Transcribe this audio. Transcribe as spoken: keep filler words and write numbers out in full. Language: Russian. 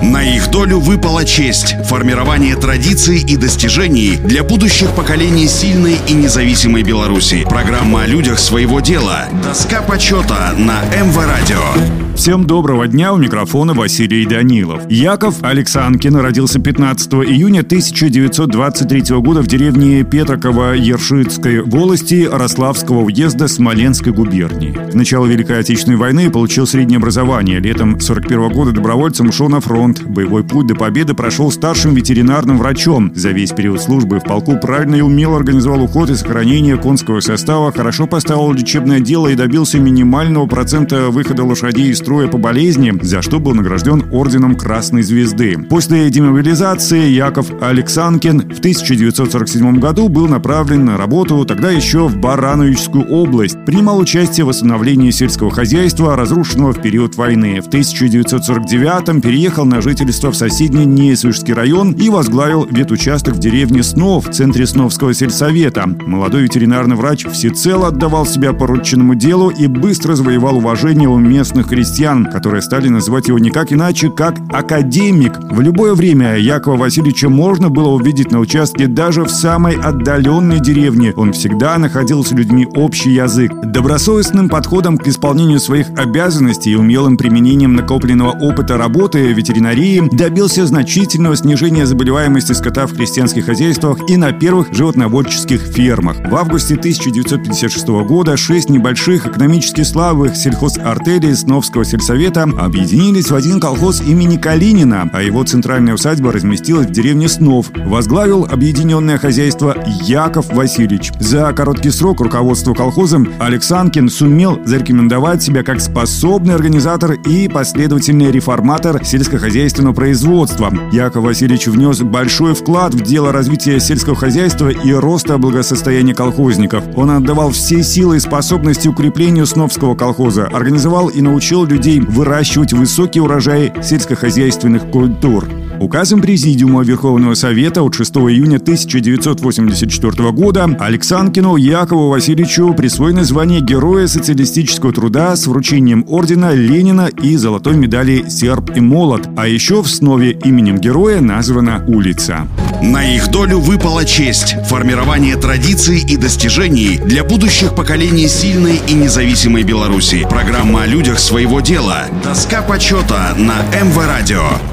На их долю выпала честь – формирование традиций и достижений для будущих поколений сильной и независимой Беларуси. Программа о людях своего дела. Доска почета на эм вэ радио. Всем доброго дня, у микрофона Василий Данилов. Яков Алексанкин родился пятнадцатого июня тысяча девятьсот двадцать третьего года в деревне Петраково Ершитской волости Рославского уезда Смоленской губернии. В начало Великой Отечественной войны получил среднее образование. Летом сорок первого года добровольцем ушел на фронт. Боевой путь до победы прошел старшим ветеринарным врачом. За весь период службы в полку правильно и умело организовал уход и сохранение конского состава, хорошо поставил лечебное дело и добился минимального процента выхода лошадей из строя по болезни, за что был награжден орденом Красной Звезды. После демобилизации Яков Алексанкин в тысяча девятьсот сорок седьмом году был направлен на работу, тогда еще в Барановичскую область. Принимал участие в восстановлении сельского хозяйства, разрушенного в период войны. В тысяча девятьсот сорок девятом переехал на жительство в соседний Несвежский район и возглавил ветучасток в деревне Снов, в центре Сновского сельсовета. Молодой ветеринарный врач всецело отдавал себя порученному делу и быстро завоевал уважение у местных крестьян, которые стали называть его никак иначе, как академик. В любое время Якова Васильевича можно было увидеть на участке даже в самой отдаленной деревне. Он всегда находил с людьми общий язык. Добросовестным подходом к исполнению своих обязанностей и умелым применением накопленного опыта работы в ветеринарии добился значительного снижения заболеваемости скота в крестьянских хозяйствах и на первых животноводческих фермах. В августе тысяча девятьсот пятьдесят шестого года шесть небольших экономически слабых сельхозартелей Сновского сельсовета объединились в один колхоз имени Калинина, а его центральная усадьба разместилась в деревне Снов. Возглавил объединенное хозяйство Яков Васильевич. За короткий срок руководства колхозом Алексанкин сумел зарекомендовать себя как способный организатор и последовательный реформатор сельскохозяйственного производства. Яков Васильевич внес большой вклад в дело развития сельского хозяйства и роста благосостояния колхозников. Он отдавал все силы и способности укреплению Сновского колхоза, организовал и научил людей выращивать высокий урожай сельскохозяйственных культур. Указом Президиума Верховного Совета от шестого июня тысяча девятьсот восемьдесят четвёртого года Алексанкину Якову Васильевичу присвоено звание Героя социалистического труда с вручением ордена Ленина и золотой медали «Серп и молот». А еще в Снове именем героя названа улица. На их долю выпала честь – формирование традиций и достижений для будущих поколений сильной и независимой Беларуси. Программа о людях своего дела. Доска почета на эм вэ радио.